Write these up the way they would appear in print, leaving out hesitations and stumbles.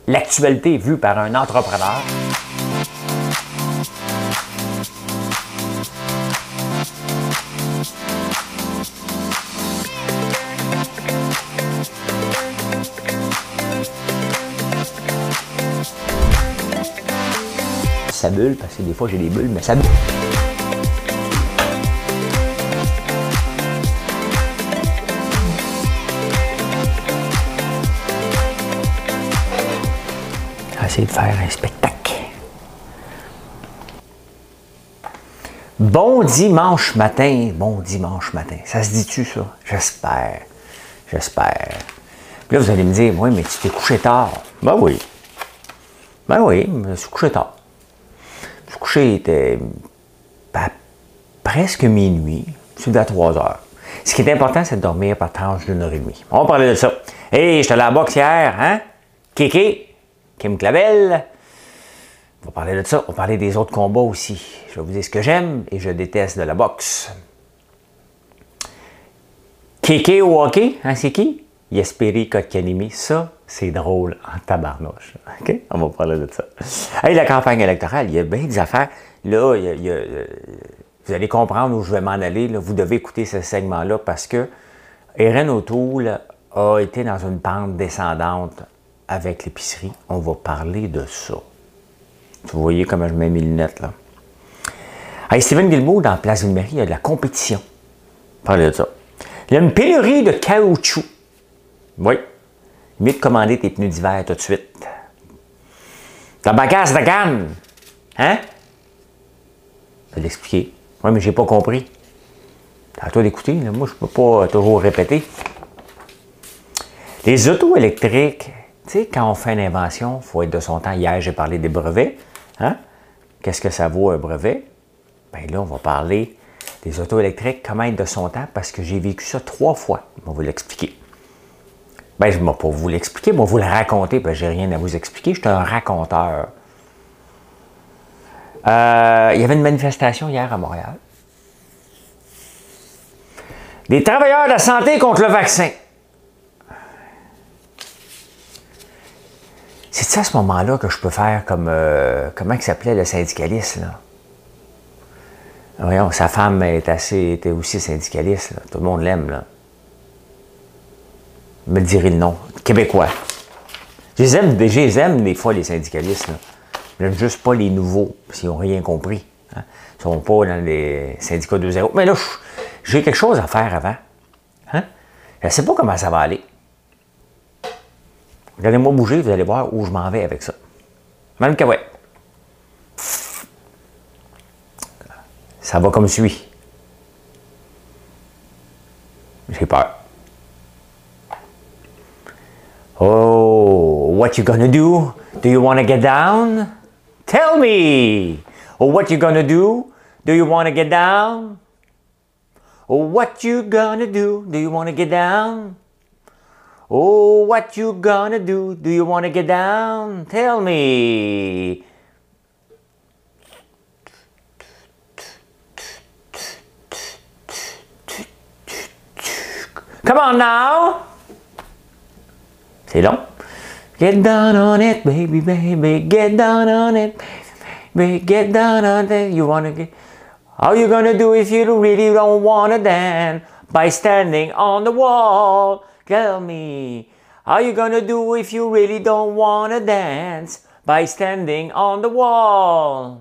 l'actualité vue par un entrepreneur. Ça bulle, parce que des fois j'ai des bulles, mais ça bulle. Essayer de faire un spectacle. Bon dimanche matin. Bon dimanche matin. Ça se dit-tu, ça? J'espère. J'espère. Puis là, vous allez me dire, oui, mais tu t'es couché tard. Ben oui. Ben oui, je me suis couché tard. Je me suis couché, il était presque minuit. Je suis levé à 3 heures. Ce qui est important, c'est de dormir par tranche d'1h30. On va parler de ça. Hey, j'étais à la boxe hier, hein? Kéké. Kim Clavel. On va parler de ça. On va parler des autres combats aussi. Je vais vous dire ce que j'aime et je déteste de la boxe. Kéké au hockey, hein, c'est qui? Jesperi Kotkaniemi. Ça, c'est drôle en tabarnouche. OK? On va parler de ça. Hey, la campagne électorale, il y a bien des affaires. Là, vous allez comprendre où je vais m'en aller. Là. Vous devez écouter ce segment-là parce que Erin O'Toole a été dans une pente descendante avec l'épicerie. On va parler de ça. Vous voyez comment je mets mes lunettes, là. Hey, Stephen Guilbeault, dans Place Ville-Marie, il y a de la compétition. Parlez de ça. Il y a une pénurie de caoutchouc. Oui. Mieux de commander tes pneus d'hiver tout de suite. Ta bacasse de canne. Hein? Je vais l'expliquer. Oui, mais j'ai pas compris. C'est à toi d'écouter. Moi, je peux pas toujours répéter. Les autos électriques, tu sais, quand on fait une invention, il faut être de son temps. Hier, j'ai parlé des brevets. Hein? Qu'est-ce que ça vaut un brevet? Bien là, on va parler des autos électriques, comment être de son temps, parce que j'ai vécu ça 3 fois. Je vais vous l'expliquer. Bien, je ne vais pas vous l'expliquer, je vais vous le raconter, parce que j'ai rien à vous expliquer. Je suis un raconteur. Il y avait une manifestation hier à Montréal. Des travailleurs de la santé contre le vaccin. C'est à ce moment-là que je peux faire comme... comment il s'appelait le syndicaliste, là? Voyons, sa femme était aussi syndicaliste, là. Tout le monde l'aime, là. Je me dirai le nom. Québécois. Je les aime des fois, les syndicalistes, là. J'aime juste pas les nouveaux, s'ils n'ont rien compris. Hein? Ils sont pas dans les syndicats 2.0. Mais là, j'ai quelque chose à faire avant. Hein? Je ne sais pas comment ça va aller. Regardez-moi bouger, vous allez voir où je m'en vais avec ça. Même que ouais. Ça va comme suit. J'ai peur. Oh, what you gonna do? Do you want to get down? Tell me! Oh, what you gonna do? Do you want to get down? Oh, what you gonna do? Do you want to get down? Oh, what you gonna do? Do you want to get down? Tell me! Come on now! C'est long. Get down on it, baby, baby. Get down on it, baby. Get down on it. You wanna get... How you gonna do if you really don't wanna dance? By standing on the wall. Tell me. How you gonna do if you really don't wanna dance? By standing on the wall.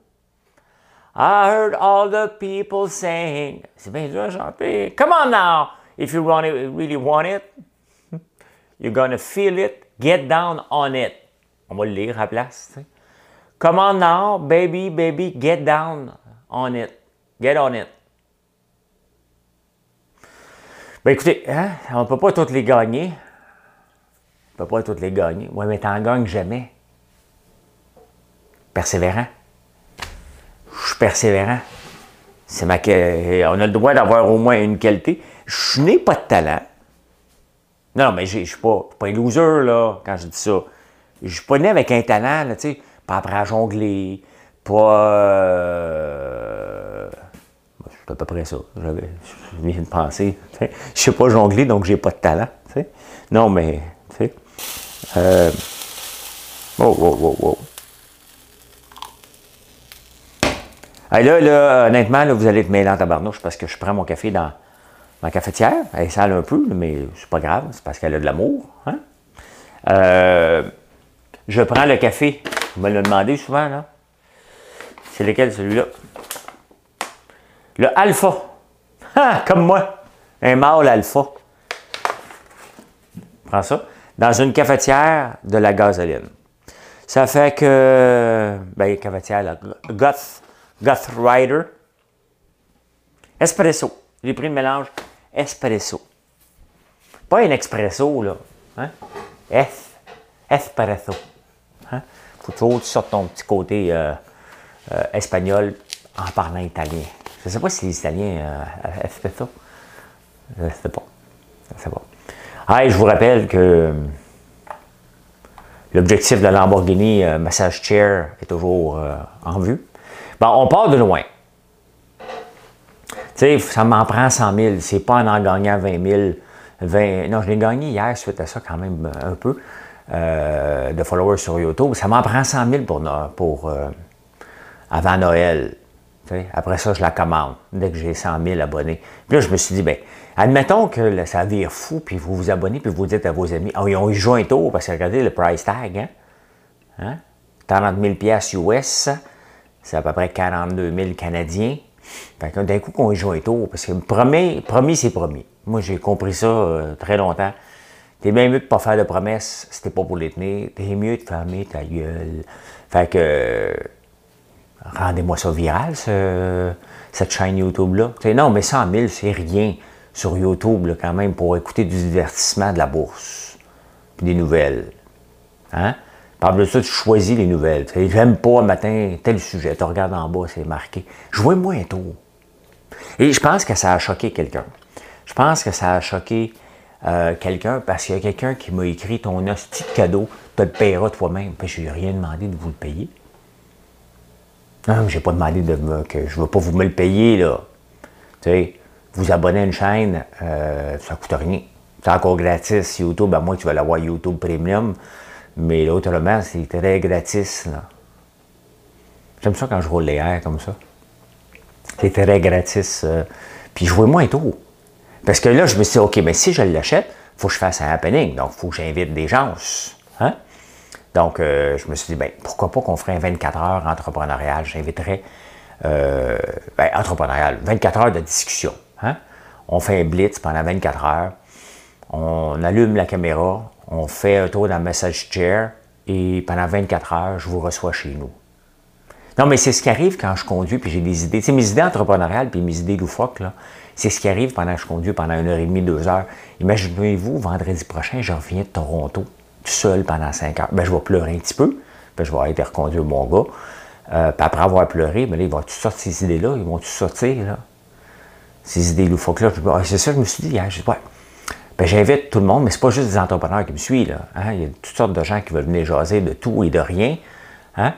I heard all the people saying... C'est bien dur à chanter. Come on now. If you really want it, you're gonna feel it. Get down on it. On va le lire à la place. T'sais. Come on now, baby, baby, get down on it. Get on it. Ben écoutez, hein, on ne peut pas toutes les gagner. On ne peut pas toutes les gagner. Oui, mais t'en gagnes jamais. Persévérant. Je suis persévérant. On a le droit d'avoir au moins une qualité. Je n'ai pas de talent. Non, mais je ne suis pas un loser, là, quand je dis ça. Je ne suis pas né avec un talent, là, tu sais, pas apprendre à jongler, pas... C'est à peu près ça. Je viens de penser. Je ne sais pas jongler, donc j'ai pas de talent. T'sais. Non, mais... Oh, oh, oh, oh. Hey, là, honnêtement, là, vous allez être mêlés en tabarnouche parce que je prends mon café dans ma cafetière. Elle sale un peu, mais c'est pas grave, c'est parce qu'elle a de l'amour. Hein? Je prends le café. Vous me le demandez souvent, là. C'est lequel, celui-là? Le Alpha. Ah, comme moi. Un mâle Alpha. Prends ça. Dans une cafetière de la gasoline. Ça fait que... Ben, cafetière, là. Goth Rider. Espresso. J'ai pris le mélange espresso. Pas un expresso, là. Hein? Espresso. Hein? Faut toujours que tu sortes ton petit côté espagnol en parlant italien. Je ne sais pas si les Italiens espresso. Je ne sais pas. Je sais pas. Ah, et je vous rappelle que l'objectif de la Lamborghini Massage Chair est toujours en vue. Bon, on part de loin. Tu sais, ça m'en prend 100 000. C'est pas en gagnant 20 000. Non, je l'ai gagné hier suite à ça quand même un peu de followers sur YouTube. Ça m'en prend 100 000 pour avant Noël. T'sais. Après ça, je la commande dès que j'ai 100 000 abonnés. Puis là, je me suis dit, bien, admettons que là, ça vire fou, puis vous vous abonnez, puis vous dites à vos amis, oh, ils ont eu joint un tour, parce que regardez le price tag, hein? 40 000 US, c'est à peu près 42 000 Canadiens. Fait que d'un coup, qu'on y joue un tour, parce que promis, c'est promis. Moi, j'ai compris ça très longtemps. T'es bien mieux de ne pas faire de promesses si t'es pas pour les tenir. T'es mieux de fermer ta gueule. Fait que... rendez-moi ça viral, cette chaîne YouTube-là. Non, mais 100 000, c'est rien sur YouTube, là, quand même, pour écouter du divertissement de la bourse. Puis des nouvelles. Hein? Par de ça, tu choisis les nouvelles. J'aime pas, un matin, tel sujet. Tu regardes en bas, c'est marqué. Jouez-moi un tour. Et je pense que ça a choqué quelqu'un. Je pense que ça a choqué quelqu'un parce qu'il y a quelqu'un qui m'a écrit ton hostie de cadeau, tu le paieras toi-même. Puis je n'ai rien demandé de vous le payer. Non, je n'ai pas demandé que je ne veux pas vous me le payer, là. Tu sais, vous abonner à une chaîne, ça ne coûte rien. C'est encore gratis. YouTube, à moins que tu vas l'avoir YouTube Premium. Mais là, autrement, c'est très gratis, là. J'aime ça quand je roule les airs comme ça. C'est très gratis. Puis jouez-moi un tour. Parce que là, je me suis dit, OK, mais si je l'achète, il faut que je fasse un happening. Donc, il faut que j'invite des gens. Hein? Donc, je me suis dit, bien, pourquoi pas qu'on ferait un 24 heures entrepreneurial? J'inviterais, entrepreneurial, 24 heures de discussion. Hein? On fait un blitz pendant 24 heures. On allume la caméra. On fait un tour dans le message chair. Et pendant 24 heures, je vous reçois chez nous. Non, mais c'est ce qui arrive quand je conduis puis j'ai des idées. Tu sais, mes idées entrepreneuriales puis mes idées loufoques, là, c'est ce qui arrive pendant que je conduis pendant 1h30, 2 heures. Imaginez-vous, vendredi prochain, je reviens de Toronto, tout seul pendant 5 heures. Ben, je vais pleurer un petit peu, puis je vais être reconduire mon gars. Puis après avoir pleuré, ben là, il va tout sortir ces idées-là, ils vont tout sortir, là. Ces idées loufoques-là. C'est ça que je me suis dit hier. Je dis, ouais. Ben, j'invite tout le monde, mais c'est pas juste des entrepreneurs qui me suivent, là. Hein? Il y a toutes sortes de gens qui veulent venir jaser de tout et de rien. Hein?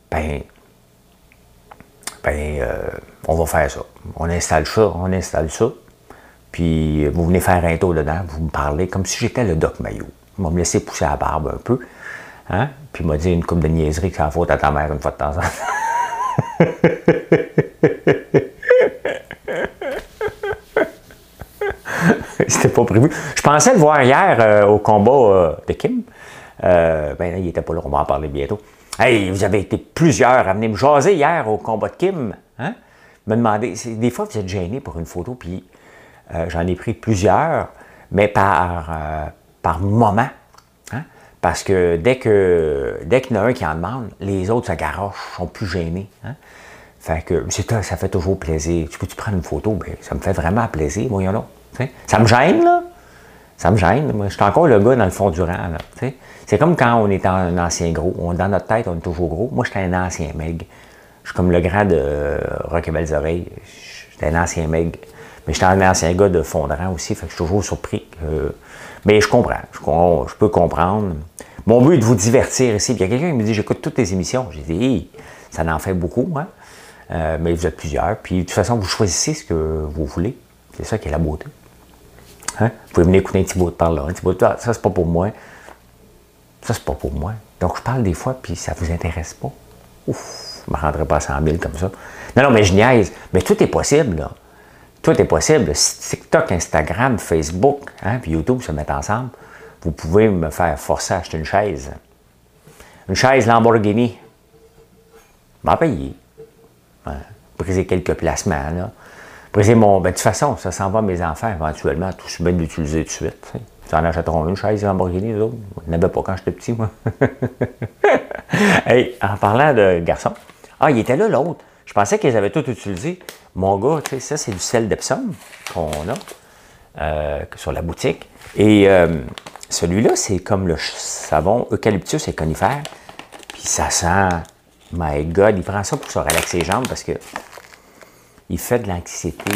On va faire ça. On installe ça, puis vous venez faire un tour dedans, vous me parlez comme si j'étais le Doc Mayou. Il va me laisser pousser la barbe un peu, hein? Puis il m'a dit une couple de niaiseries que c'est la faute à ta mère une fois de temps en temps. C'était pas prévu. Je pensais le voir hier au combat de Kim. Il n'était pas là, on va en parler bientôt. Hey, vous avez été plusieurs à venir me jaser hier au combat de Kim. Hein? Me demander, des fois vous êtes gênés pour une photo, puis j'en ai pris plusieurs, mais par moment. Hein? Parce que dès qu'il y en a un qui en demande, les autres se garochent, sont plus gênés. Hein? Fait que ça fait toujours plaisir. Tu peux-tu prendre une photo? Ben, ça me fait vraiment plaisir, voyons là. Ça me gêne, là. Ça me gêne. Moi, je suis encore le gars dans le fond du rang, là. T'sais. C'est comme quand on est un ancien gros. Dans notre tête, on est toujours gros. Moi, j'étais un ancien meg. Je suis comme le grand de Rock et Belles Oreilles. J'étais un ancien meg. Mais j'étais un ancien gars de fond de rang aussi. Fait que je suis toujours surpris. Mais je comprends. Je peux comprendre. Mon but est de vous divertir ici. Puis il y a quelqu'un qui me dit, j'écoute toutes tes émissions. J'ai dit, hey, ça en fait beaucoup, hein? Mais vous êtes plusieurs. Puis de toute façon, vous choisissez ce que vous voulez. C'est ça qui est la beauté. Hein? Vous pouvez venir écouter un petit bout de par là. Un petit bout de ça, c'est pas pour moi. Ça, c'est pas pour moi. Donc, je parle des fois, puis ça vous intéresse pas. Ouf, je me rendrai pas à 100 000 comme ça. Non, non, mais je niaise. Mais tout est possible, là. Tout est possible. Si TikTok, Instagram, Facebook, hein, puis YouTube se mettent ensemble, vous pouvez me faire forcer à acheter une chaise. Une chaise Lamborghini. M'en payer. Ouais. Briser quelques placements, là. Briser mon... Ben, de toute façon, ça s'en va à mes enfants éventuellement. Tout se bien d'utiliser tout de suite. T'sais. Ils en achèteront une chaise Lamborghini, eux autres. Je n'avais pas quand j'étais petit, moi. Hey, en parlant de garçons. Ah, il était là, l'autre. Je pensais qu'ils avaient tout utilisé. Mon gars, tu sais, ça, c'est du sel d'Epsom qu'on a sur la boutique. Et celui-là, c'est comme le savon eucalyptus et conifère. Puis ça sent... My God, il prend ça pour se relaxer les jambes parce que il fait de l'anxiété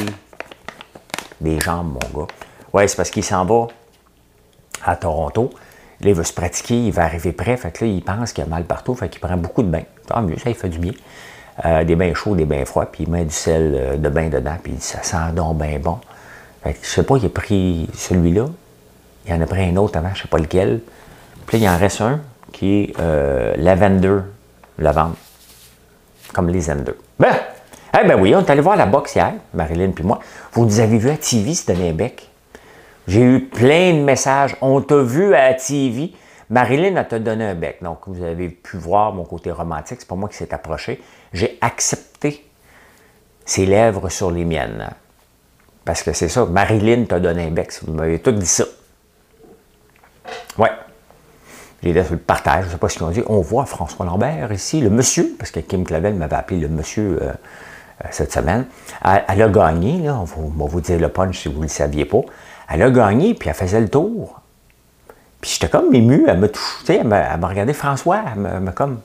des jambes, mon gars. Ouais, c'est parce qu'il s'en va à Toronto. Là, il veut se pratiquer, il va arriver prêt. Fait que là, il pense qu'il a mal partout. Fait qu'il prend beaucoup de bains. Tant mieux, ça, il fait du bien. Des bains chauds, des bains froids. Puis il met du sel de bain dedans. Puis il dit, ça sent donc bien bon. Fait que je sais pas, il a pris celui-là. Il en a pris un autre avant, je sais pas lequel. Puis là, il en reste un qui est lavender, lavande. Comme les M2. Ben! Eh ben oui, on est allé voir la boxe hier, Marilyn puis moi. Vous nous avez vu à TV se donner un bec. J'ai eu plein de messages. On t'a vu à TV. Marilyn, elle t'a donné un bec. Donc, vous avez pu voir mon côté romantique. C'est pas moi qui s'est approché. J'ai accepté ses lèvres sur les miennes. Parce que c'est ça. Marilyn t'a donné un bec. Vous m'avez tout dit ça. Ouais. J'ai été sur le partage, je ne sais pas ce qu'ils ont dit. On voit François Lambert ici, le monsieur, parce que Kim Clavel m'avait appelé le monsieur cette semaine. Elle a gagné, là, on va vous dire le punch si vous ne le saviez pas. Elle a gagné, puis elle faisait le tour. Puis j'étais comme ému, elle m'a touché, elle m'a regardé François, elle m'a comme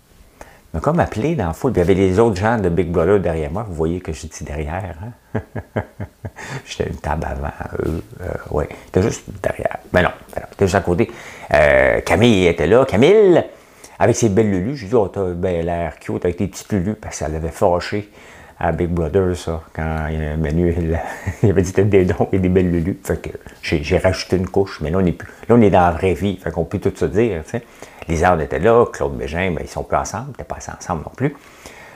appelé dans la foule. Puis il y avait les autres gens de Big Brother derrière moi, vous voyez que je dis derrière. Hein? J'étais une table avant eux. Oui, j'étais juste derrière. Mais non, j'étais juste à côté. Camille était là. Camille, avec ses belles lulus. J'ai dit, oh, t'as ben l'air cute avec tes petites lulus, parce que ça l'avait fâché à Big Brother, ça, quand Manu, il avait dit, t'as des dons et des belles lulus. Fait que j'ai rajouté une couche, mais là, on est plus. Là, on est dans la vraie vie. Fait qu'on peut tout se dire, tu sais. Lisande était là, Claude Bégin, ben, ils sont plus ensemble, ils n'étaient pas ensemble non plus.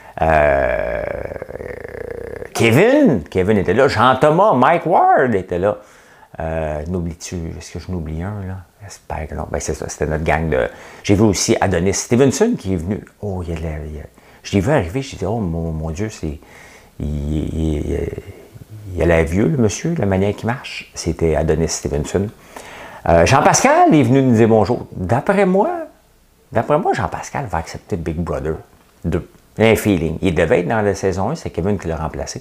Kevin était là, Jean-Thomas, Mike Ward était là. N'oublies-tu, est-ce que je n'oublie un, là? J'espère que non. Ben, c'est ça, c'était notre gang de... J'ai vu aussi Adonis Stevenson qui est venu. Oh, je l'ai vu arriver, je dit, oh mon Dieu, c'est... Il a l'air vieux, le monsieur, la manière qu'il marche. C'était Adonis Stevenson. Jean-Pascal est venu nous dire bonjour. D'après moi, Jean-Pascal va accepter Big Brother 2. Il a un feeling. Il devait être dans la saison 1, c'est Kevin qui l'a remplacé.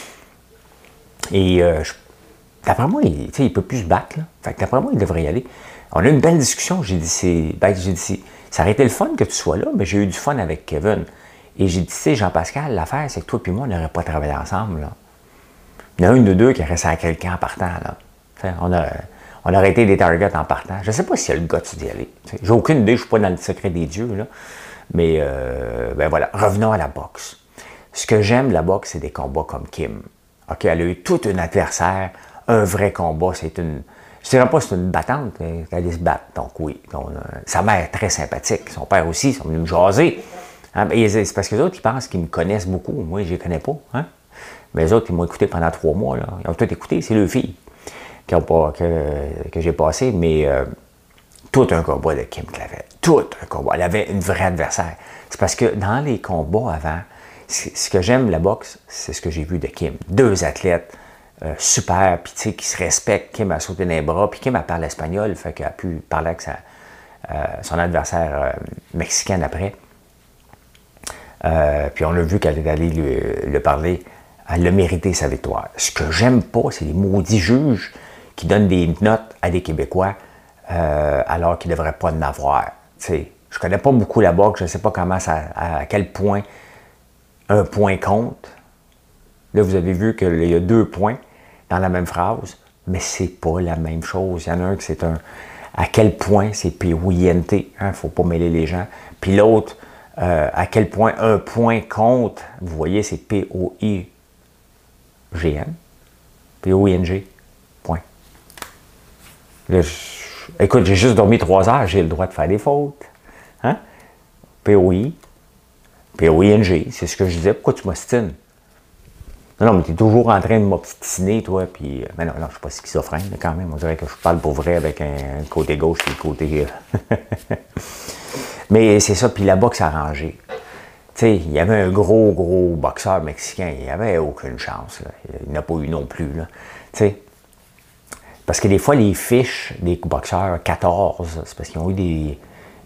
Et d'après moi, il ne peut plus se battre. Là. Fait que d'après moi, il devrait y aller. On a eu une belle discussion. J'ai dit, ça aurait été le fun que tu sois là, mais j'ai eu du fun avec Kevin. Et j'ai dit, tu sais, Jean-Pascal, l'affaire, c'est que toi et moi, on n'aurait pas travaillé ensemble. Là. Il y en a une de deux qui aurait à quelqu'un en partant. Là. On aurait été des targets en partant. Je ne sais pas s'il y a le gars d'y aller. J'ai aucune idée, je ne suis pas dans le secret des dieux. Là. Mais, ben voilà, revenons à la boxe. Ce que j'aime de la boxe, c'est des combats comme Kim. OK, elle a eu tout un adversaire, un vrai combat. C'est une... Je ne dirais pas que c'est une battante, mais elle se battre. Donc oui, sa mère est très sympathique. Son père aussi, ils sont venus me jaser. Hein? C'est parce que les autres, ils pensent qu'ils me connaissent beaucoup. Moi, je ne les connais pas. Hein? Mais les autres, ils m'ont écouté pendant 3 mois. Là. Ils ont tout écouté. C'est leurs filles que j'ai passé. Mais tout un combat de Kim Clavel. Tout un combat. Elle avait une vraie adversaire. C'est parce que dans les combats avant, ce que j'aime de la boxe, c'est ce que j'ai vu de Kim. 2 athlètes super, puis tu sais, qui se respectent. Kim a sauté dans les bras, puis Kim a parlé espagnol, fait qu'elle a pu parler avec son adversaire mexicain après. Puis on a vu qu'elle est allée le parler. Elle a mérité sa victoire. Ce que j'aime pas, c'est les maudits juges qui donnent des notes à des Québécois alors qu'ils ne devraient pas en avoir. Tu sais, je connais pas beaucoup la boxe, je ne sais pas à quel point un point compte. Là, vous avez vu qu'il y a 2 points dans la même phrase, mais c'est pas la même chose. Il y en a un qui c'est à quel point c'est P-O-I-N-T, il ne faut pas mêler les gens. Puis l'autre, à quel point un point compte, vous voyez, c'est P-O-I-G-N, P-O-I-N-G, point. Là, Écoute, j'ai juste dormi 3 heures, j'ai le droit de faire des fautes. Hein? POI, POING, c'est ce que je disais. Pourquoi tu m'ostines? Non, mais tu es toujours en train de m'obstiner, toi, puis... Mais non, je ne suis pas schizophrène, quand même. On dirait que je parle pour vrai avec un côté gauche et le côté... Mais c'est ça, puis la boxe arrangée. Tu sais, il y avait un gros boxeur mexicain, il n'avait aucune chance, là. Il n'a pas eu non plus, là. Tu sais, parce que des fois, les fiches des boxeurs 14, c'est parce qu'ils ont eu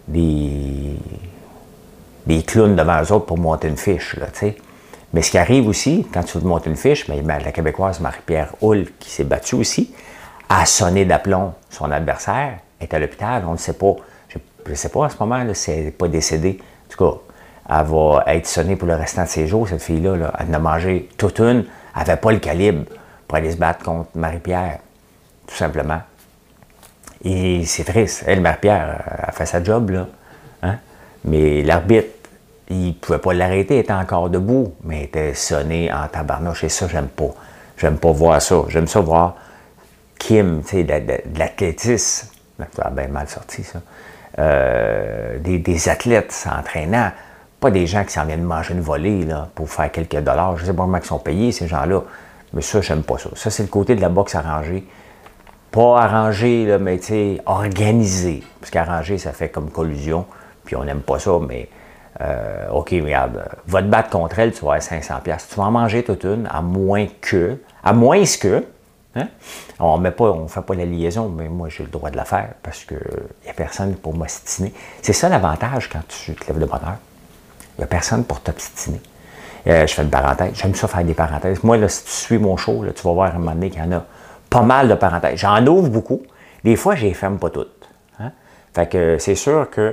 des clowns devant eux autres pour monter une fiche, là, tu sais. Mais ce qui arrive aussi, quand tu veux monter une fiche, mais la Québécoise Marie-Pierre Hull, qui s'est battue aussi, a sonné d'aplomb son adversaire, est à l'hôpital, on ne sait pas. Je ne sais pas en ce moment là, si elle n'est pas décédée. En tout cas, elle va être sonnée pour le restant de ses jours, cette fille-là. Là. Elle en a mangé toute une. Elle n'avait pas le calibre pour aller se battre contre Marie-Pierre, tout simplement. Et c'est triste. Elle, Marie-Pierre, a fait sa job, là. Hein? Mais l'arbitre, il ne pouvait pas l'arrêter, elle était encore debout, mais elle était sonnée en tabarnouche. Et ça, j'aime pas. J'aime pas voir ça. J'aime ça voir Kim, tu sais, de l'athlétisme. Ça a bien mal sorti, ça. Des athlètes s'entraînant, pas des gens qui s'en viennent manger une volée là, pour faire quelques dollars. Je ne sais pas comment ils sont payés, ces gens-là. Mais ça, j'aime pas ça. Ça, c'est le côté de la boxe arrangée. Pas arrangée, là, mais tu sais, organisée. Parce qu'arrangée, ça fait comme collusion. Puis on n'aime pas ça, mais OK, regarde, va te battre contre elle, tu vas avoir 500$. Tu vas en manger toute une, à moins que, hein? On ne fait pas la liaison, mais moi, j'ai le droit de la faire parce qu'il n'y a personne pour m'obstiner. C'est ça l'avantage quand tu te lèves de bonne heure. Il n'y a personne pour t'obstiner. Je fais une parenthèse. J'aime ça faire des parenthèses. Moi, là, si tu suis mon show, là, tu vas voir à un moment donné qu'il y en a pas mal de parenthèses. J'en ouvre beaucoup. Des fois, je les ferme pas toutes. Hein? Fait que c'est sûr que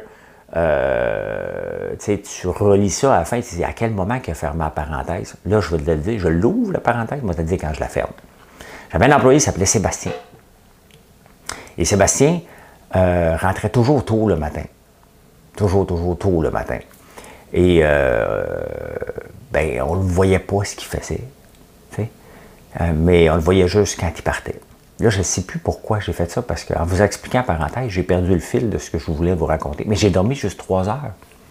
tu relis ça à la fin, tu dis à quel moment qu'il a fermé la parenthèse. Là, je vais te le dire, je l'ouvre la parenthèse, je vais te le dire quand je la ferme. J'avais un employé qui s'appelait Sébastien. Et Sébastien rentrait toujours tôt le matin. Toujours tôt le matin. Et on ne voyait pas ce qu'il faisait. Mais on le voyait juste quand il partait. Là, je ne sais plus pourquoi j'ai fait ça, parce qu'en vous expliquant en parenthèse, j'ai perdu le fil de ce que je voulais vous raconter. Mais j'ai dormi juste 3 heures.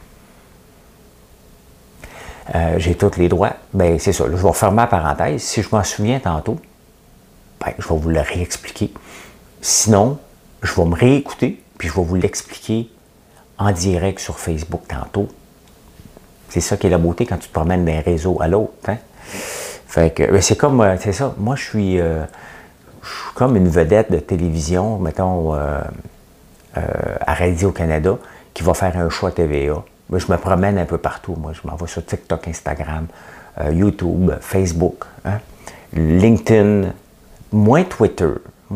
J'ai tous les droits. Bien, c'est ça. Là, je vais refermer la parenthèse. Si je m'en souviens tantôt, je vais vous le réexpliquer. Sinon, je vais me réécouter, puis je vais vous l'expliquer en direct sur Facebook tantôt. C'est ça qui est la beauté quand tu te promènes d'un réseau à l'autre. Hein? Fait que c'est comme, c'est ça. Moi, je suis comme une vedette de télévision, mettons, à Radio-Canada, qui va faire un show à TVA. Moi, je me promène un peu partout. Moi, je m'en vais sur TikTok, Instagram, YouTube, Facebook, hein? LinkedIn, moins Twitter.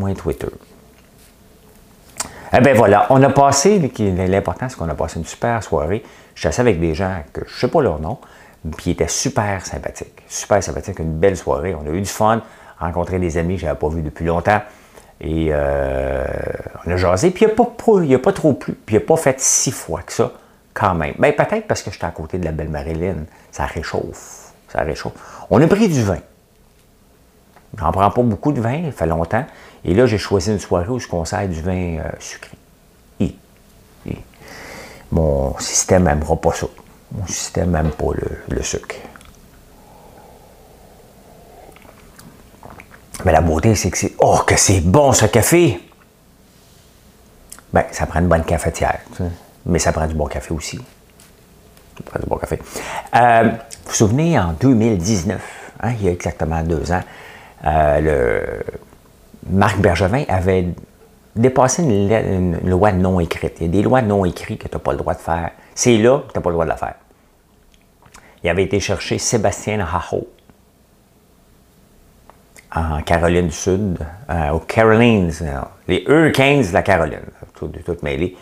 Eh bien voilà, on a passé, l'important c'est qu'on a passé une super soirée. Je suis assis avec des gens que je ne sais pas leur nom, puis ils étaient super sympathiques. Super sympathiques, une belle soirée. On a eu du fun, rencontré des amis que je n'avais pas vus depuis longtemps. Et on a jasé, puis il n'y a pas trop plu, puis il n'a pas fait si froid que ça, quand même. Bien, peut-être parce que j'étais à côté de la belle Marilyn. Ça réchauffe. On a pris du vin. J'en prends pas beaucoup de vin, ça fait longtemps. Et là, j'ai choisi une soirée où je conseille du vin sucré. Mon système n'aimera pas ça. Mon système n'aime pas le sucre. Mais la beauté, c'est que c'est... Oh, que c'est bon, ce café! Bien, ça prend une bonne cafetière. Tu sais. Mais ça prend du bon café aussi. Ça prend du bon café. Vous vous souvenez, en 2019, hein, il y a exactement 2 ans, Marc Bergevin avait dépassé une loi non écrite. Il y a des lois non écrites que tu n'as pas le droit de faire. C'est là que tu n'as pas le droit de la faire. Il avait été chercher Sébastien Aho en Caroline du Sud, aux Carolines, les Hurricanes de la Caroline, tout mêlé.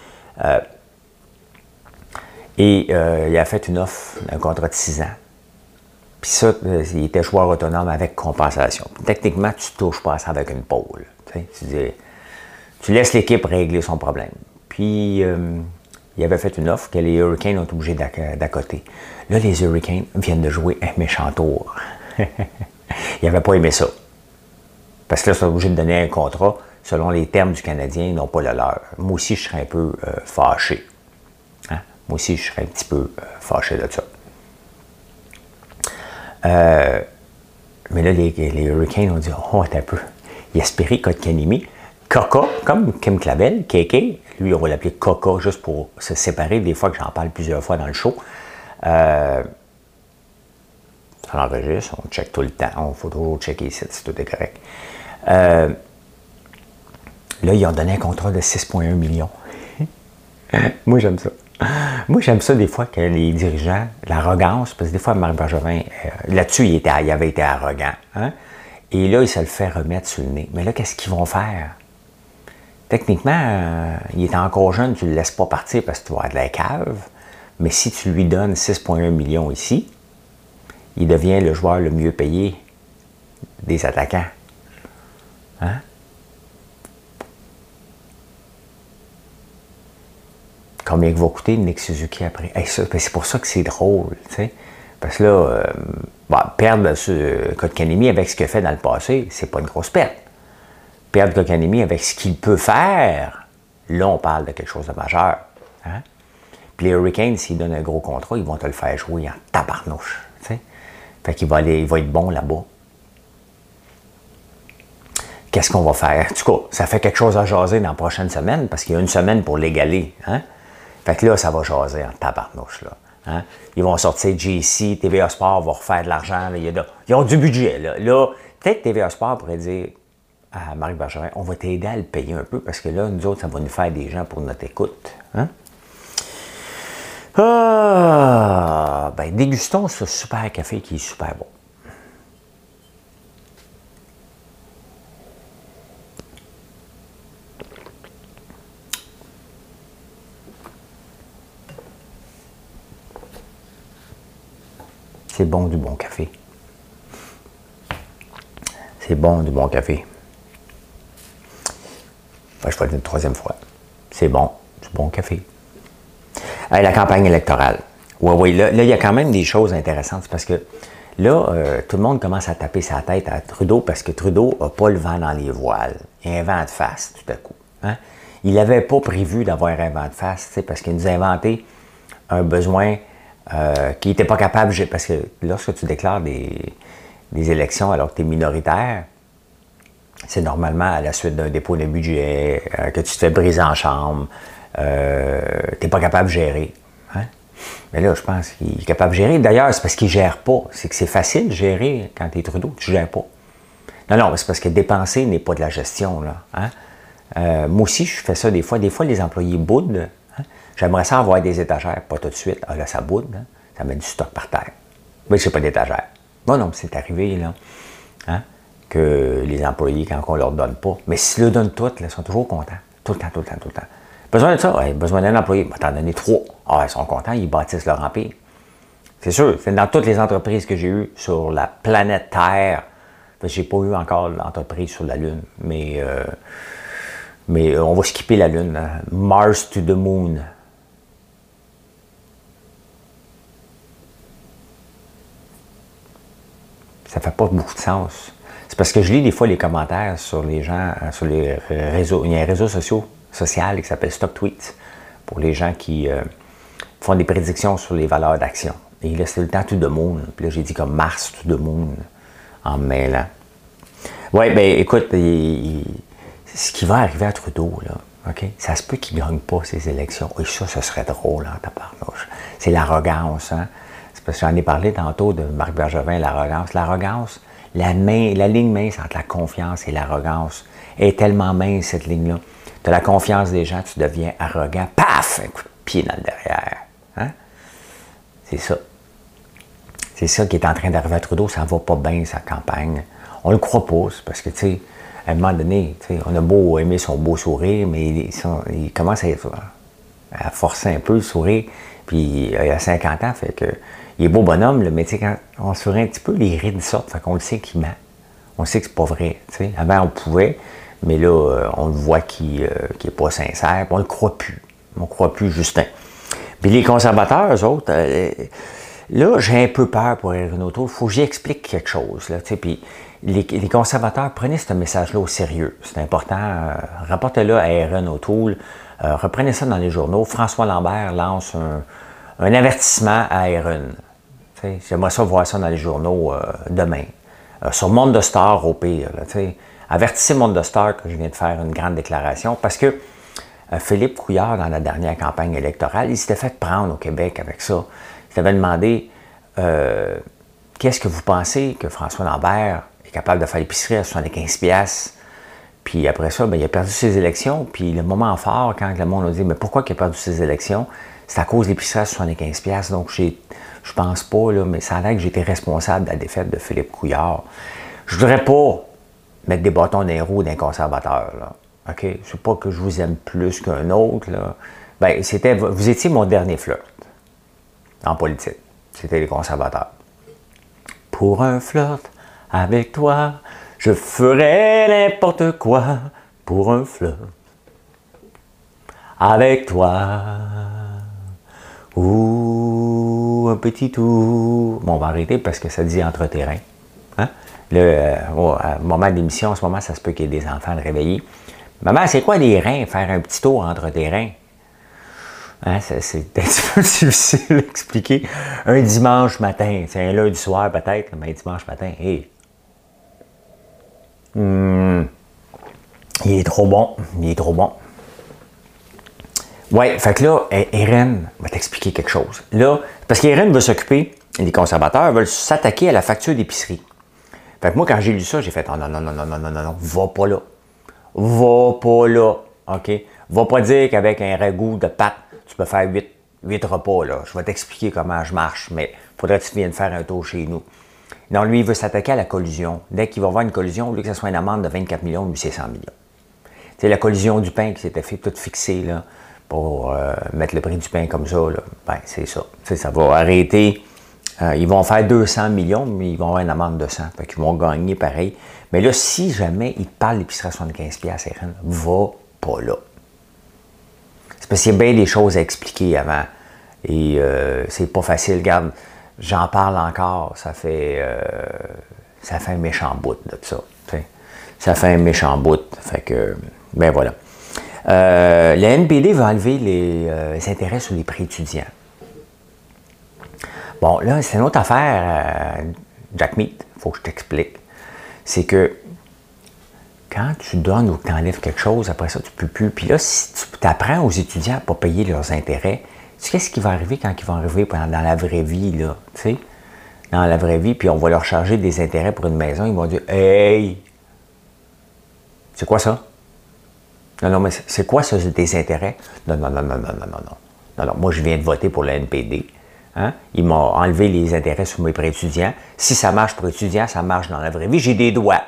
Il a fait une offre d'un contrat de 6 ans. Puis ça, il était joueur autonome avec compensation. Puis, techniquement, tu ne touches pas à ça avec une pôle. Tu laisses l'équipe régler son problème. Puis, il avait fait une offre que les Hurricanes ont été obligés d'accoter. Là, les Hurricanes viennent de jouer un méchant tour. Il n'avait pas aimé ça. Parce que là, ils sont obligés de donner un contrat selon les termes du Canadien, non pas le leur. Moi aussi, je serais un peu fâché. Hein? Moi aussi, je serais un petit peu fâché de ça. Mais là, les Hurricanes ont dit, oh, attends un peu. Jesperi Kotkaniemi, Kaka, comme Kim Clavel, KK, lui, on va l'appeler Kaka, juste pour se séparer, des fois que j'en parle plusieurs fois dans le show. Ça l'enregistre, on check tout le temps, on faut toujours checker ici si tout est correct. Là, ils ont donné un contrat de 6,1 millions. Moi, j'aime ça. Moi, j'aime ça des fois que les dirigeants, l'arrogance, parce que des fois, Marc Bergevin, là-dessus, il avait été arrogant. Hein? Et là, il se le fait remettre sur le nez. Mais là, qu'est-ce qu'ils vont faire? Techniquement, il est encore jeune, tu ne le laisses pas partir parce que tu vas avoir de la cave. Mais si tu lui donnes 6,1 millions ici, il devient le joueur le mieux payé des attaquants. Hein? Combien va coûter Nick Suzuki après? Hey, c'est pour ça que c'est drôle, tu sais. Parce que là, perdre Kotkaniemi avec ce qu'il a fait dans le passé, c'est pas une grosse perte. Perdre Kotkaniemi avec ce qu'il peut faire, là, on parle de quelque chose de majeur. Hein? Puis les Hurricanes, s'ils donnent un gros contrat, ils vont te le faire jouer en tabarnouche, tu sais. Fait qu'il va être bon là-bas. Qu'est-ce qu'on va faire? En tout cas, ça fait quelque chose à jaser dans la prochaine semaine, parce qu'il y a une semaine pour l'égaler, hein? Fait que là, ça va jaser en tabarnouche, là. Hein? Ils vont sortir JC, TVA Sport va refaire de l'argent. Ils ont du budget, là. Là, peut-être TVA Sport pourrait dire à Marc Bergevin, on va t'aider à le payer un peu, parce que là, nous autres, ça va nous faire des gens pour notre écoute. Hein? Ben, dégustons ce super café qui est super bon. C'est bon du bon café. C'est bon du bon café. Enfin, je vais le dire une troisième fois. C'est bon du bon café. Hey, la campagne électorale. Oui, là, il y a quand même des choses intéressantes parce que là, tout le monde commence à taper sa tête à Trudeau parce que Trudeau n'a pas le vent dans les voiles. Il a un vent de face tout à coup. Hein? Il n'avait pas prévu d'avoir un vent de face parce qu'il nous a inventé un besoin qui n'était pas capable, parce que lorsque tu déclares des élections alors que tu es minoritaire, c'est normalement à la suite d'un dépôt de budget, que tu te fais briser en chambre, tu n'es pas capable de gérer. Hein? Mais là, je pense qu'il est capable de gérer. D'ailleurs, c'est parce qu'il ne gère pas. C'est que c'est facile de gérer quand tu es Trudeau, tu ne gères pas. Non, c'est parce que dépenser n'est pas de la gestion. Là, hein? Moi aussi, je fais ça des fois. Des fois, les employés boudent. Hein? J'aimerais ça avoir des étagères, pas tout de suite. Ah là, ça boude, hein? Ça met du stock par terre. Mais c'est pas d'étagère. Non, c'est arrivé, là. Hein? Que les employés, quand on ne leur donne pas, mais s'ils le donnent toutes, là, ils sont toujours contents. Tout le temps. Besoin de ça? Ouais, besoin d'un employé. On va t'en donner 3. Ah, ils sont contents, ils bâtissent leur empire. C'est sûr, c'est dans toutes les entreprises que j'ai eues sur la planète Terre. J'ai pas eu encore l'entreprise sur la Lune, mais on va skipper la Lune. Hein? Mars to the Moon. Ça fait pas beaucoup de sens. C'est parce que je lis des fois les commentaires sur les gens, sur les réseaux. Il y a un réseau social qui s'appelle Stock Tweets pour les gens qui font des prédictions sur les valeurs d'action. Et là, c'est le temps to the moon. Puis là, j'ai dit comme Mars to the moon en me mêlant. Oui, bien, écoute, ce qui va arriver à Trudeau, là, OK? Ça se peut qu'il ne gagne pas ces élections. Et ça, ce serait drôle, en tabarnouche. C'est l'arrogance, hein? C'est parce que j'en ai parlé tantôt de Marc Bergevin, l'arrogance. L'arrogance, la ligne mince entre la confiance et l'arrogance est tellement mince, cette ligne-là. Tu as la confiance des gens, tu deviens arrogant. Paf! Un coup de pied dans le derrière. Hein? C'est ça. C'est ça qui est en train d'arriver à Trudeau. Ça va pas bien, sa campagne. On le croit pas, parce que, tu sais, à un moment donné, on a beau aimer son beau sourire, mais il commence à forcer un peu le sourire. Puis il a 50 ans, fait que il est beau bonhomme, là, mais tu sais, quand on sourit un petit peu, les rides sortent, fait qu'on le sait qu'il ment. On sait que c'est pas vrai. T'sais. Avant, on pouvait, mais là, on le voit qu'il n'est pas sincère, on le croit plus. On ne croit plus Justin. Puis les conservateurs, eux autres, là, j'ai un peu peur pour Erin O'Toole. Il faut que j'explique quelque chose. Là, puis les conservateurs, prenez ce message-là au sérieux. C'est important. Rapportez-le à Erin O'Toole. Reprenez ça dans les journaux. François Lambert lance un avertissement à Erin. J'aimerais ça voir ça dans les journaux demain. Sur Monde de Star au pire. Là, avertissez Monde de Star que je viens de faire une grande déclaration parce que Philippe Couillard, dans la dernière campagne électorale, il s'était fait prendre au Québec avec ça. Il s'avait demandé qu'est-ce que vous pensez que François Lambert est capable de faire l'épicerie à 75$. Puis après ça, il a perdu ses élections. Puis le moment fort, quand le monde a dit « Mais pourquoi il a perdu ses élections? » C'est à cause de l'épicerie à 75$. Donc, je pense pas, là, mais ça a l'air que j'ai été responsable de la défaite de Philippe Couillard. Je voudrais pas mettre des bâtons dans les roues d'un conservateur, là. OK? C'est pas que je vous aime plus qu'un autre, là. Vous étiez mon dernier flirt en politique. C'était les conservateurs. Pour un flirt avec toi, je ferais n'importe quoi pour un flirt avec toi. Ou un petit tour. Bon, on va arrêter parce que ça dit entre-terrain. Hein? Au moment de l'émission, en ce moment, ça se peut qu'il y ait des enfants de réveiller. Maman, c'est quoi des reins, faire un petit tour entre-terrain? Hein, c'est un petit peu difficile à expliquer. Un dimanche matin, c'est un lundi soir peut-être, mais un dimanche matin, hey. Il est trop bon, il est trop bon. Ouais, fait que là, Erin va t'expliquer quelque chose. Là, parce qu'Erin veut s'occuper, les conservateurs veulent s'attaquer à la facture d'épicerie. Fait que moi, quand j'ai lu ça, j'ai fait, oh, non, non, non, non, non, non, non, non, va pas là. Va pas là, OK? Va pas dire qu'avec un ragoût de pâtes, tu peux faire 8 repas, là. Je vais t'expliquer comment je marche, mais faudrait que tu viennes faire un tour chez nous. Non, lui, il veut s'attaquer à la collusion. Dès qu'il va avoir une collusion, au lieu que ce soit une amende de 24 millions, lui, c'est 100 millions. C'est la collusion du pain qui s'était fait toute fixée, là, pour mettre le prix du pain comme ça, là. Ben, c'est ça. T'sais, ça va arrêter. Ils vont faire 200 millions, mais ils vont avoir une amende de 100. Fait qu'ils vont gagner pareil. Mais là, si jamais ils parlent d'épicerie à 75$, Erin, va pas là. C'est parce qu'il y a bien des choses à expliquer avant. Et c'est pas facile. Regarde, j'en parle encore. Ça fait un méchant bout de ça. T'sais. Ça fait un méchant bout. Fait que, ben voilà. Le NPD va enlever les intérêts sur les prêts étudiants. Bon, là, c'est une autre affaire, Jack Meat, il faut que je t'explique. C'est que quand tu donnes ou que tu enlèves quelque chose, après ça, tu ne peux plus. Puis là, si tu apprends aux étudiants à ne pas payer leurs intérêts, tu sais qu'est-ce qui va arriver quand ils vont arriver dans la vraie vie, là, tu sais? Dans la vraie vie, puis on va leur charger des intérêts pour une maison, ils vont dire « Hey! C'est quoi ça? Non, non, mais c'est quoi ça, des intérêts? Non, non, non, non, non, non, non, non. Non, non, moi, je viens de voter pour le NPD. Hein? Il m'a enlevé les intérêts sur mes prêts étudiants. Si ça marche pour étudiants, ça marche dans la vraie vie. J'ai des doigts.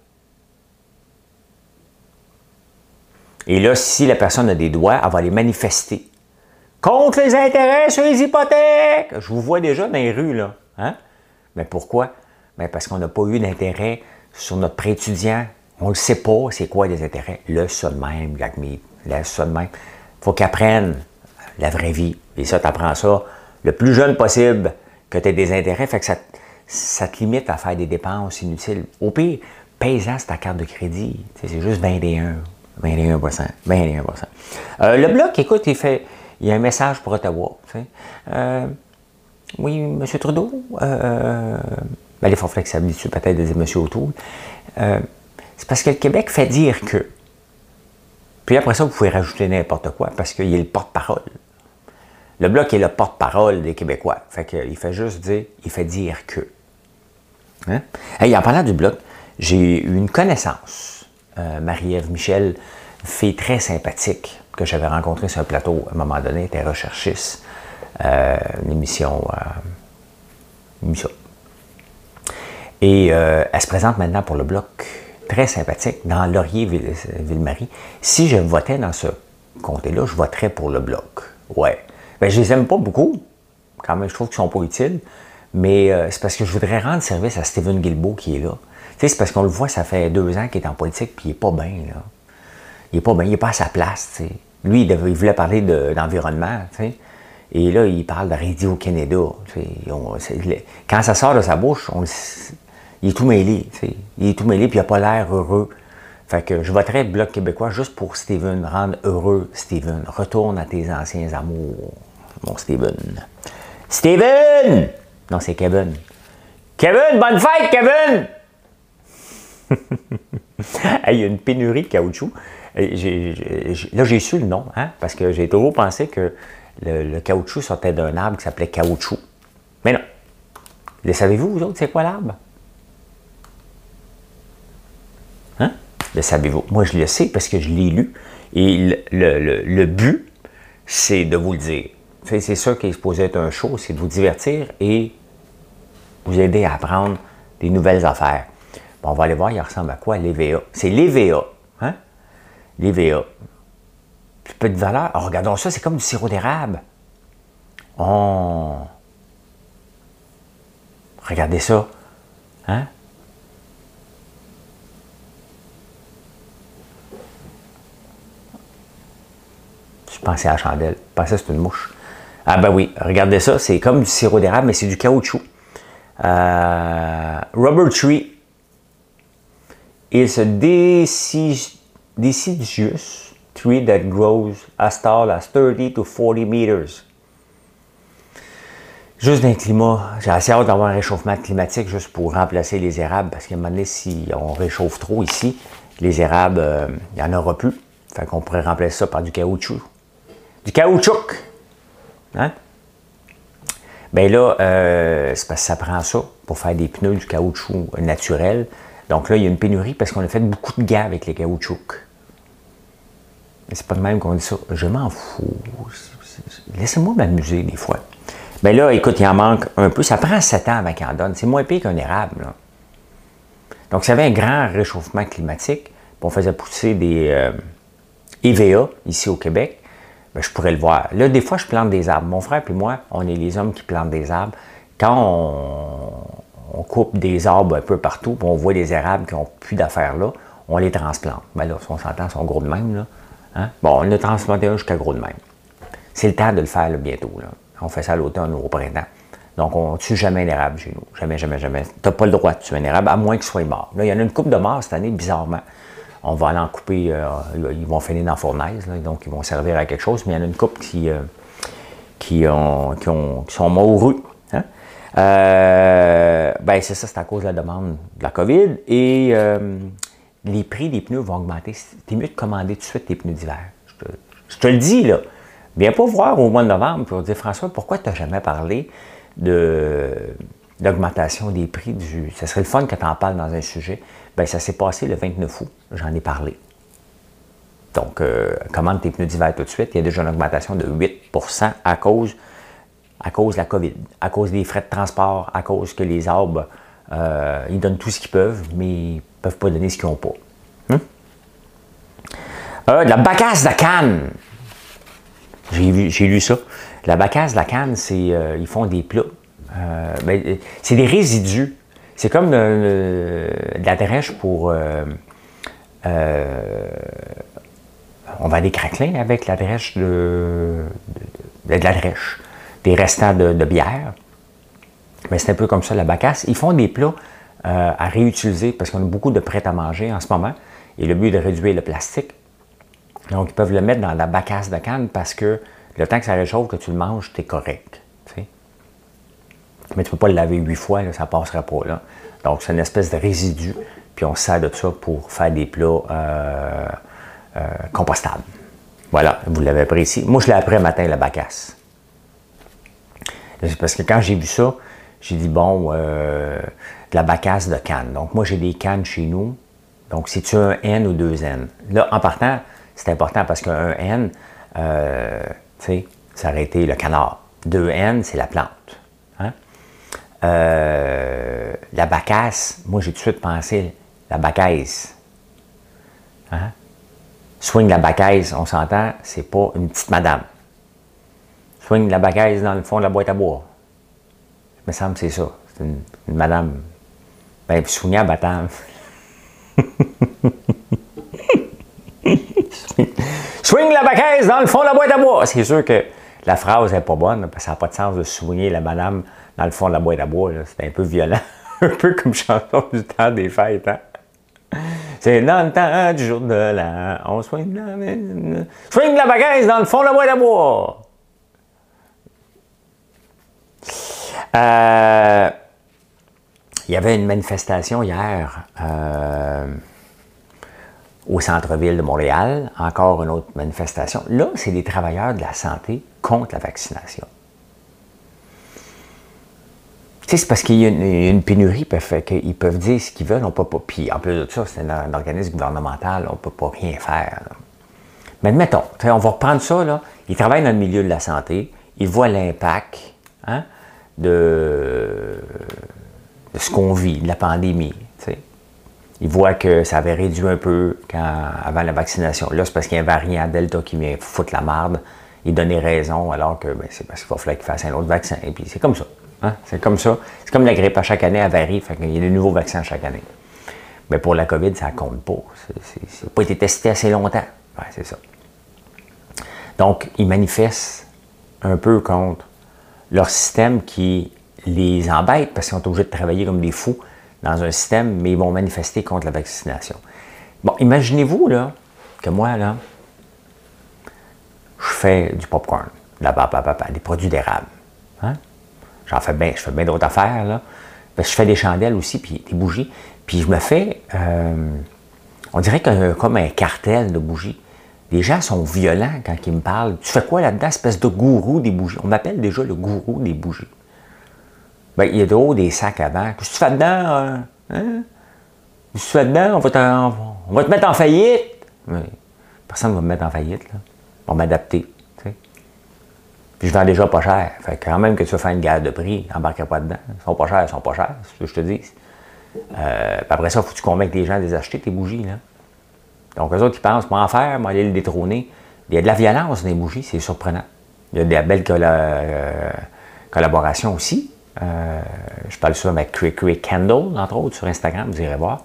Et là, si la personne a des doigts, elle va les manifester. Contre les intérêts sur les hypothèques! Je vous vois déjà dans les rues, là. Hein? Mais pourquoi? Bien, parce qu'on n'a pas eu d'intérêt sur notre prêt étudiant. On ne sait pas c'est quoi les intérêts. Laisse ça de même, Jack Meat. Laisse ça de même. Il faut qu'ils apprennent la vraie vie. Et ça, tu apprends ça le plus jeune possible, que tu aies des intérêts. Fait que ça te limite à faire des dépenses inutiles. Au pire, paye-en sur ta carte de crédit. C'est juste 21%. Le Bloc, écoute, il y a un message pour Ottawa. Oui, M. Trudeau, il faut flexibiliser peut-être de dire M. O'Toole. C'est parce que le Québec fait dire que. Puis après ça, vous pouvez rajouter n'importe quoi parce qu'il est le porte-parole. Le Bloc est le porte-parole des Québécois. Fait qu'il fait juste dire, il fait dire que. Hein? Hey, en parlant du Bloc, j'ai eu une connaissance, Marie-Ève Michel, une fille très sympathique que j'avais rencontrée sur un plateau à un moment donné, elle était recherchiste, une émission. Et elle se présente maintenant pour le Bloc, très sympathique, dans Laurier-Ville-Marie. Si je votais dans ce comté-là, je voterais pour le Bloc. Ouais. Ben, je les aime pas beaucoup. Quand même, je trouve qu'ils sont pas utiles. Mais c'est parce que je voudrais rendre service à Stephen Guilbeault qui est là. Tu sais, c'est parce qu'on le voit, ça fait 2 ans qu'il est en politique, puis il est pas bien, là. Il est pas bien, il est pas à sa place, tu sais. Lui, il voulait parler d'environnement, tu sais. Et là, il parle de Radio-Canada. Tu sais, quand ça sort de sa bouche, il est tout mêlé, tu sais. Il est tout mêlé, puis il n'a pas l'air heureux. Fait que je voterais Bloc québécois juste pour Steven, rendre heureux Steven. Retourne à tes anciens amours, mon Steven. Steven! Non, c'est Kevin. Kevin, bonne fête, Kevin! Hey, il y a une pénurie de caoutchouc. Là, j'ai su le nom, hein, parce que j'ai toujours pensé que le caoutchouc sortait d'un arbre qui s'appelait caoutchouc. Mais non. Le savez-vous, vous autres, c'est quoi l'arbre? Hein? Le savez-vous? Moi, je le sais parce que je l'ai lu. Et le but, c'est de vous le dire. C'est ça qui est supposé être un show, c'est de vous divertir et vous aider à apprendre des nouvelles affaires. Bon, on va aller voir, il ressemble à quoi, l'EVA? C'est l'EVA. Hein? L'EVA. Peu de valeur. Oh, regardons ça, c'est comme du sirop d'érable. Oh! Regardez ça. Hein? Je pensais à la chandelle. Je pensais que c'était une mouche. Ah ben oui, regardez ça, c'est comme du sirop d'érable, mais c'est du caoutchouc. Rubber tree is a deciduous tree that grows as tall as 30 to 40 meters. Juste d'un climat, j'ai assez hâte d'avoir un réchauffement climatique juste pour remplacer les érables, parce qu'à un moment donné, si on réchauffe trop ici, les érables, il n'y en aura plus. Fait qu'on pourrait remplacer ça par du caoutchouc. Du caoutchouc! Hein? Bien là, c'est parce que ça prend ça pour faire des pneus du caoutchouc naturel. Donc là, il y a une pénurie parce qu'on a fait beaucoup de gars avec les caoutchoucs. Mais c'est pas de même qu'on dit ça. Je m'en fous. Laissez-moi m'amuser des fois. Bien là, écoute, il en manque un peu. Ça prend 7 ans avant qu'il en donne. C'est moins pire qu'un érable. Là. Donc, s'il y avait un grand réchauffement climatique, puis on faisait pousser des EVA ici au Québec, bien, je pourrais le voir. Là, des fois, je plante des arbres. Mon frère et moi, on est les hommes qui plantent des arbres. Quand on coupe des arbres un peu partout, puis on voit des érables qui n'ont plus d'affaires là, on les transplante. Bien là, si on s'entend, ils sont gros de même. Là. Hein? Bon, on a transplanté un jusqu'à gros de même. C'est le temps de le faire là, bientôt. Là. On fait ça à l'automne ou au printemps. Donc, on ne tue jamais un érable chez nous. Jamais, jamais, jamais. Tu n'as pas le droit de tuer un érable, à moins qu'il soit mort. Là, il y en a une coupe de morts cette année, bizarrement. On va aller en couper, ils vont finir dans la fournaise, là, donc ils vont servir à quelque chose, mais il y en a une coupe qui sont mourus. Hein? Ben, c'est ça, c'est à cause de la demande de la COVID. Et les prix des pneus vont augmenter. C'est mieux de commander tout de suite tes pneus d'hiver. Je te le dis, là. Viens pas voir au mois de novembre pour dire, François, pourquoi tu n'as jamais parlé d'augmentation des prix du... Ça serait le fun que tu en parles dans un sujet. Bien, ça s'est passé le 29 août. J'en ai parlé. Donc, commande tes pneus d'hiver tout de suite. Il y a déjà une augmentation de 8 à cause de la COVID, à cause des frais de transport, à cause que les arbres, ils donnent tout ce qu'ils peuvent, mais ils ne peuvent pas donner ce qu'ils n'ont pas. De la bacasse de canne. J'ai lu ça. La bacasse de la canne, c'est ils font des plats. C'est des résidus. C'est comme de la drèche pour... on va aller craquelin avec la drèche de la drèche. Des restants de bière. Mais c'est un peu comme ça, la bacasse. Ils font des plats à réutiliser parce qu'on a beaucoup de prêt à manger en ce moment. Et le but est de réduire le plastique. Donc, ils peuvent le mettre dans la bacasse de canne parce que le temps que ça réchauffe, que tu le manges, tu es correct. T'sais. Mais tu ne peux pas le laver 8 fois, là, ça ne passera pas. Là. Donc, c'est une espèce de résidu. Puis, on se sert de ça pour faire des plats compostables. Voilà, vous l'avez appris ici. Moi, je l'ai appris un matin, la bacasse. C'est parce que quand j'ai vu ça, j'ai dit, bon, de la bacasse de canne. Donc, moi, j'ai des cannes chez nous. Donc, c'est-tu un N ou 2 N? Là, en partant, c'est important parce qu'un N, tu sais, ça aurait été le canard. 2 N, c'est la plante. Hein? La bacasse, moi, j'ai tout de suite pensé la bacaisse. Hein? Swing la bacaisse, on s'entend, c'est pas une petite madame. Swing la bacaisse dans le fond de la boîte à bois. Il me semble que c'est ça. C'est une madame. Ben, puis swing à battant. Swing la bacaisse dans le fond de la boîte à bois. C'est sûr que la phrase n'est pas bonne, parce que ça n'a pas de sens de swinguer la madame dans le fond de la boîte à bois. C'est un peu violent. Un peu comme chanson du temps des fêtes, hein? C'est dans le temps du jour de l'an, on swing la bagaisse dans le fond de la boîte à bois. Il y avait une manifestation hier au centre-ville de Montréal, encore une autre manifestation. Là, c'est des travailleurs de la santé contre la vaccination. Tu sais, c'est parce qu'il y a une pénurie, qu'ils peuvent dire ce qu'ils veulent, on peut pas. Puis en plus de ça, c'est un organisme gouvernemental, on ne peut pas rien faire. Là. Mais admettons, on va reprendre ça, là. Ils travaillent dans le milieu de la santé, ils voient l'impact hein, de ce qu'on vit, de la pandémie. T'sais. Ils voient que ça avait réduit un peu avant la vaccination. Là, c'est parce qu'il y a un variant Delta qui vient foutre la marde. Ils donnaient raison, alors que c'est parce qu'il va falloir qu'ils fassent un autre vaccin. Et puis c'est comme ça. Hein? C'est comme ça. C'est comme la grippe à chaque année, elle varie. Fait qu'il y a des nouveaux vaccins chaque année. Mais pour la COVID, ça ne compte pas. Ça n'a pas été testé assez longtemps. Ouais, c'est ça. Donc, ils manifestent un peu contre leur système qui les embête parce qu'ils sont obligés de travailler comme des fous dans un système, mais ils vont manifester contre la vaccination. Bon, imaginez-vous, là, que moi, là, je fais du popcorn, des produits d'érable. Hein? Je fais bien d'autres affaires, là. Parce que je fais des chandelles aussi, puis des bougies. Puis je me fais, on dirait comme un cartel de bougies. Les gens sont violents quand ils me parlent. Tu fais quoi là-dedans, espèce de gourou des bougies? On m'appelle déjà le gourou des bougies. Ben, il y a de haut des sacs avant. Qu'est-ce que tu fais dedans? Hein? Qu'est-ce que tu fais dedans? On va te mettre en faillite. Mais personne ne va me mettre en faillite. Là. On va m'adapter. Puis je vends déjà pas cher. Fait que quand même que tu vas faire une guerre de prix, embarque pas dedans. Ils sont pas chers, c'est ce que je te dis. Puis après ça, il faut que tu convainques les gens de les acheter, tes bougies. Là. Donc, eux autres, ils pensent, moi en faire, moi aller le détrôner. Il y a de la violence dans les bougies, c'est surprenant. Il y a de la belle collaboration aussi. Je parle souvent avec Cray Candle, entre autres, sur Instagram, vous irez voir.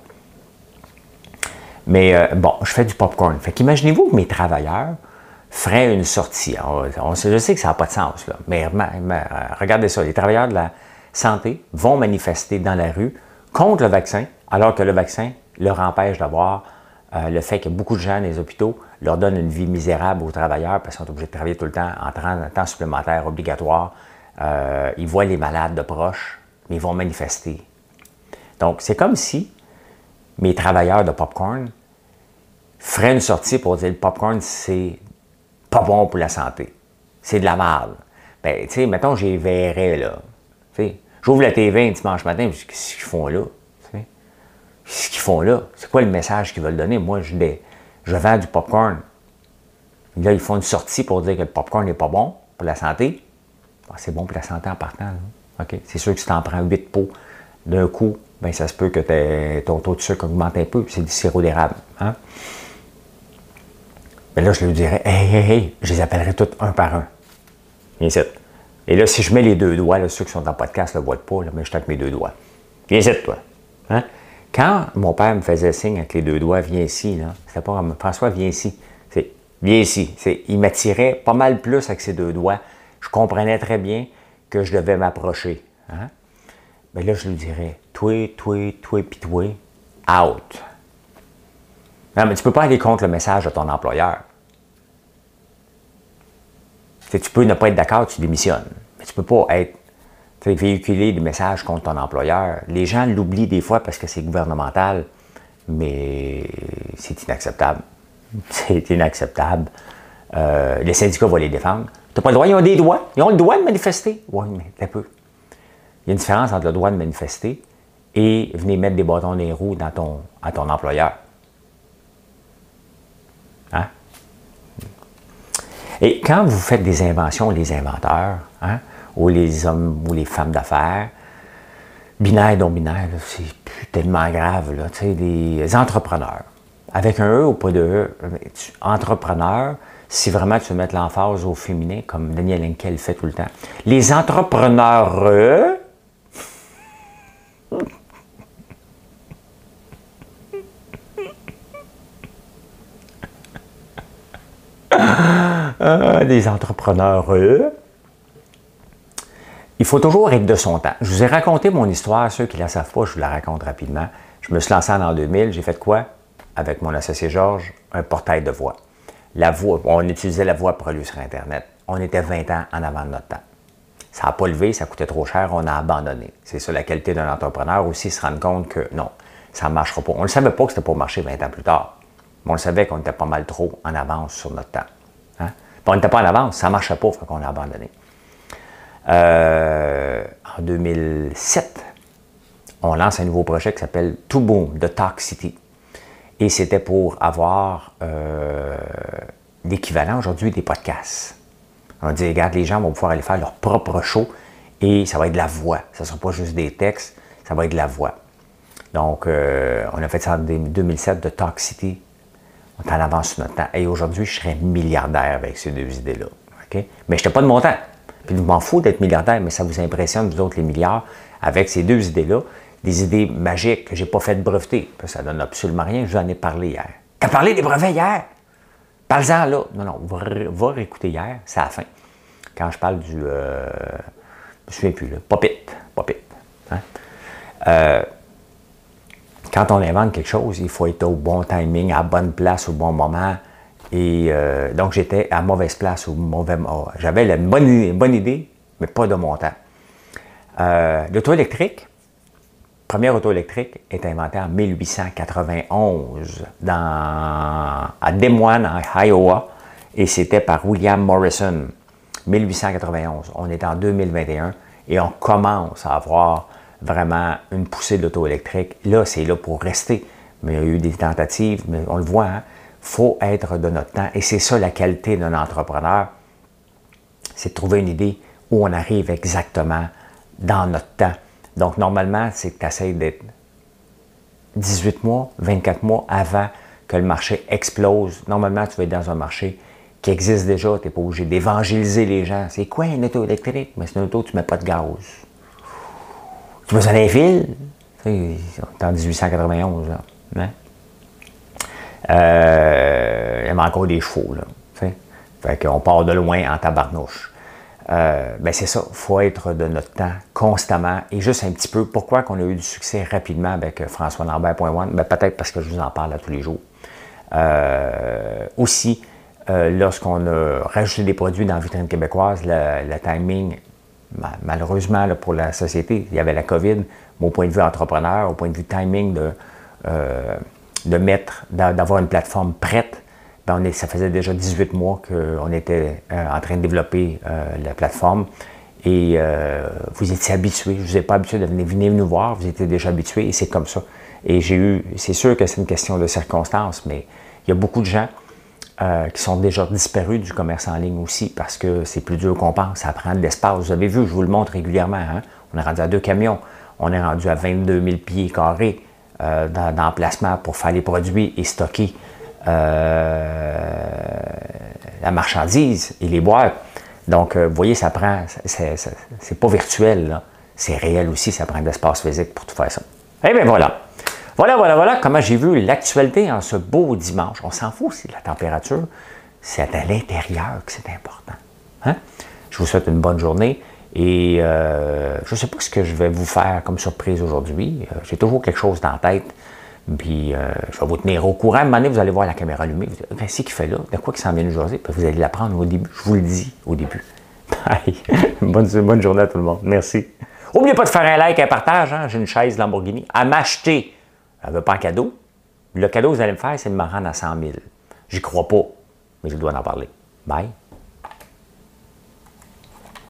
Mais bon, je fais du popcorn. Fait qu'imaginez-vous que mes travailleurs feraient une sortie. Je sais que ça n'a pas de sens, là, mais regardez ça. Les travailleurs de la santé vont manifester dans la rue contre le vaccin, alors que le vaccin leur empêche d'avoir le fait que beaucoup de gens dans les hôpitaux leur donnent une vie misérable aux travailleurs parce qu'ils sont obligés de travailler tout le temps en temps supplémentaire obligatoire. Ils voient les malades de proche, mais ils vont manifester. Donc, c'est comme si mes travailleurs de popcorn feraient une sortie pour dire le popcorn, c'est pas bon pour la santé. C'est de la merde. Ben, tu sais, mettons, j'y verrais, là. Tu sais, j'ouvre la TV un dimanche matin, puis qu'est-ce qu'ils font là? Qu'est-ce qu'ils font là? C'est quoi le message qu'ils veulent donner? Moi, je vends du popcorn. Là, ils font une sortie pour dire que le popcorn n'est pas bon pour la santé. Ah, c'est bon pour la santé en partant. Là. Okay. C'est sûr que si tu en prends 8 pots d'un coup, ben, ça se peut que ton taux de sucre augmente un peu, c'est du sirop d'érable. Hein? Mais là, je leur dirais, hey, je les appellerai tous un par un. Viens ici. Et là, si je mets les deux doigts, là, ceux qui sont dans le podcast ne le voient pas, là, mais je tape mes deux doigts. Viens ici, toi. Hein? Quand mon père me faisait signe avec les deux doigts, viens ici, là, c'était pas comme François, viens ici. C'est viens ici. Il m'attirait pas mal plus avec ses deux doigts. Je comprenais très bien que je devais m'approcher. Hein? Mais là, je lui dirais, toi, puis toi, out. Non, mais tu ne peux pas aller contre le message de ton employeur. Tu peux ne pas être d'accord, tu démissionnes. Mais tu ne peux pas véhiculer des messages contre ton employeur. Les gens l'oublient des fois parce que c'est gouvernemental, mais c'est inacceptable. C'est inacceptable. Les syndicats vont les défendre. Tu n'as pas le droit, ils ont des droits. Ils ont le droit de manifester. Oui, mais un peu. Il y a une différence entre le droit de manifester et venir mettre des bâtons dans les roues à ton employeur. Hein? Et quand vous faites des inventions, les inventeurs, hein, ou les hommes ou les femmes d'affaires, binaire, non-binaire, c'est plus tellement grave, là, des entrepreneurs. Avec un E ou pas de E, entrepreneur, si vraiment tu veux mettre l'emphase au féminin, comme Daniel Henkel fait tout le temps. Les entrepreneurs, des entrepreneurs, il faut toujours être de son temps. Je vous ai raconté mon histoire, ceux qui ne la savent pas, je vous la raconte rapidement. Je me suis lancé en l'an 2000, j'ai fait quoi? Avec mon associé Georges, un portail de voix. La voix, on utilisait la voix pour aller sur Internet. On était 20 ans en avant de notre temps. Ça n'a pas levé, ça coûtait trop cher, on a abandonné. C'est ça la qualité d'un entrepreneur aussi, se rendre compte que non, ça ne marchera pas. On ne savait pas que c'était pour marcher 20 ans plus tard. Mais on le savait qu'on était pas mal trop en avance sur notre temps. Hein? On n'était pas en avance, ça ne marchait pas, il faut qu'on a abandonné. En 2007, on lance un nouveau projet qui s'appelle To Boom de Talk City. Et c'était pour avoir l'équivalent aujourd'hui des podcasts. On dit, regarde, les gens vont pouvoir aller faire leur propre show et ça va être de la voix. Ça ne sera pas juste des textes, ça va être de la voix. Donc, on a fait ça en 2007 de Talk City. On est en avance sur notre temps. Et aujourd'hui, je serais milliardaire avec ces deux idées-là. Okay? Mais je n'étais pas de mon temps. Puis je m'en fous d'être milliardaire, mais ça vous impressionne, vous autres, les milliards, avec ces deux idées-là. Des idées magiques que je n'ai pas fait breveter. Ça ne donne absolument rien, je vous en ai parlé hier. Tu as parlé des brevets hier? Parle-en là. Non, va réécouter hier, c'est à la fin. Quand je parle du... je ne me souviens plus, là. Pop it. Hein? Quand on invente quelque chose, il faut être au bon timing, à la bonne place, au bon moment. Et donc, j'étais à mauvaise place, au mauvais moment. J'avais une bonne idée, mais pas de mon temps. L'auto électrique, première auto électrique est inventée en 1891 à Des Moines, en Iowa, et c'était par William Morrison. 1891. On est en 2021 et on commence à avoir vraiment une poussée de l'auto électrique. Là, c'est là pour rester. Mais il y a eu des tentatives, mais on le voit, il faut être de notre temps. Et c'est ça la qualité d'un entrepreneur, c'est de trouver une idée où on arrive exactement dans notre temps. Donc, normalement, c'est que tu essaies d'être 18 mois, 24 mois avant que le marché explose. Normalement, tu vas être dans un marché qui existe déjà. Tu n'es pas obligé d'évangéliser les gens. C'est quoi une auto électrique? Mais c'est une auto, tu ne mets pas de gaz. Tu vas sur un fil? C'est en 1891, là. Hein? Il y a encore des chevaux, là. Fait qu'on part de loin en tabarnouche. Ben c'est ça, il faut être de notre temps constamment et juste un petit peu. Pourquoi qu'on a eu du succès rapidement avec François Lambert.one? Ben peut-être parce que je vous en parle à tous les jours. Aussi, lorsqu'on a rajouté des produits dans la vitrine québécoise, le timing, malheureusement là, pour la société, il y avait la COVID, mais au point de vue entrepreneur, au point de vue timing d'avoir une plateforme prête, ben ça faisait déjà 18 mois qu'on était en train de développer la plateforme et vous étiez habitués. Je ne vous ai pas habitué de venir nous voir, vous étiez déjà habitués et c'est comme ça. Et c'est sûr que c'est une question de circonstances, mais il y a beaucoup de gens qui sont déjà disparus du commerce en ligne aussi parce que c'est plus dur qu'on pense, ça prend de l'espace. Vous avez vu, je vous le montre régulièrement, hein? On est rendu à 2 camions, on est rendu à 22 000 pieds carrés d'emplacement pour faire les produits et stocker la marchandise et les boîtes. Donc, vous voyez, ça prend, c'est pas virtuel, c'est réel aussi, ça prend de l'espace physique pour tout faire ça. Eh bien voilà. Voilà comment j'ai vu l'actualité en ce beau dimanche. On s'en fout aussi de la température, c'est à l'intérieur que c'est important. Hein? Je vous souhaite une bonne journée et je ne sais pas ce que je vais vous faire comme surprise aujourd'hui. J'ai toujours quelque chose dans la tête. Puis, je vais vous tenir au courant. À un moment donné, vous allez voir la caméra allumée. Vous dites, qu'est-ce qu'il fait là? De quoi qu'il s'en vient nous jaser? Puis vous allez l'apprendre au début. Je vous le dis au début. Bye. bonne journée à tout le monde. Merci. N'oubliez pas de faire un like, un partage. Hein? J'ai une chaise Lamborghini à m'acheter. Elle ne veut pas un cadeau. Le cadeau que vous allez me faire, c'est de me rendre à 100 000. J'y crois pas, mais je dois en parler. Bye.